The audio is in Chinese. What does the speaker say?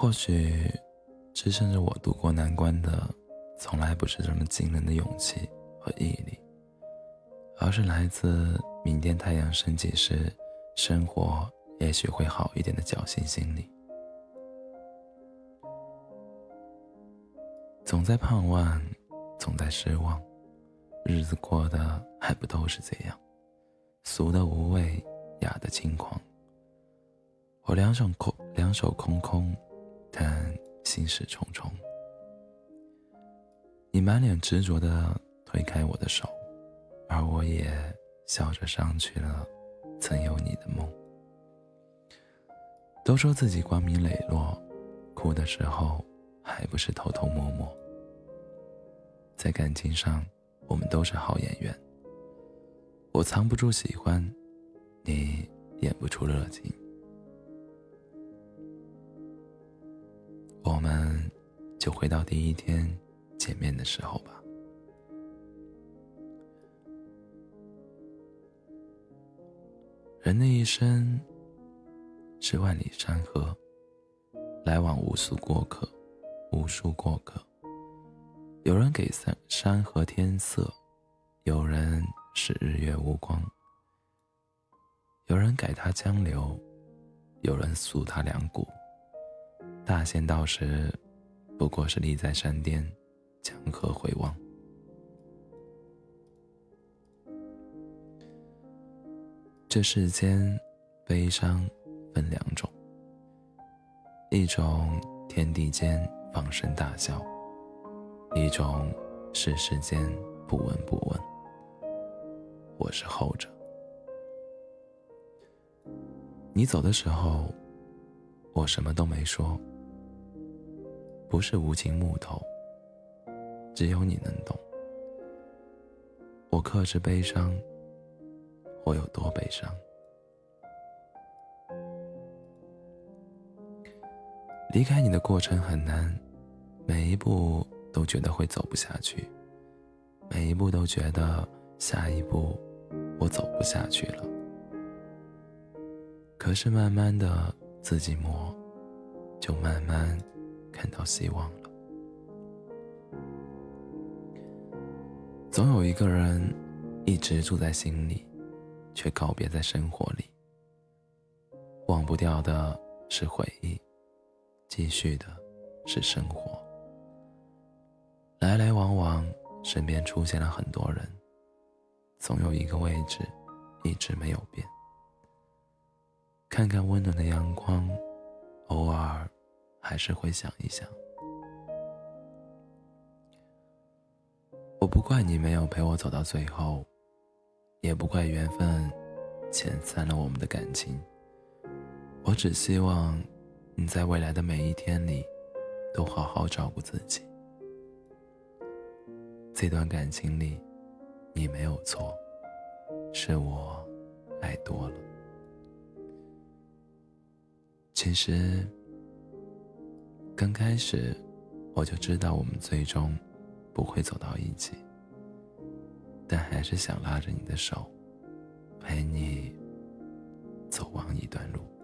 或许支撑着我渡过难关的从来不是这么惊人的勇气和毅力，而是来自明天太阳升起时生活也许会好一点的侥幸心理。总在盼望，总在失望，日子过得还不都是这样，俗的无味，雅的轻狂。我两手空空，但心事重重。你满脸执着地推开我的手，而我也笑着上去了曾有你的梦。都说自己光明磊落，哭的时候还不是偷偷摸摸。在感情上，我们都是好演员，我藏不住喜欢，你演不出热情。我们就回到第一天见面的时候吧。人的一生是万里山河，来往无数过客，有人给山河添色，有人使日月无光，有人改它江流，有人塑它两股。大限到时，不过是立在山巅，江河回望。这世间悲伤分两种，一种天地间放声大笑，一种世事间不闻不问。我是后者。你走的时候，我什么都没说，不是无情木头，只有你能懂。我克制悲伤，我有多悲伤。离开你的过程很难，每一步都觉得会走不下去，每一步都觉得下一步我走不下去了。可是慢慢的自己磨，就慢慢看到希望了。总有一个人一直住在心里，却告别在生活里。忘不掉的是回忆，继续的是生活。来来往往，身边出现了很多人，总有一个位置一直没有变。看看温暖的阳光，偶尔还是会想一想。我不怪你没有陪我走到最后，也不怪缘分遣散了我们的感情。我只希望你在未来的每一天里都好好照顾自己。这段感情里你没有错，是我爱多了。其实刚开始我就知道我们最终不会走到一起，但还是想拉着你的手，陪你走完一段路。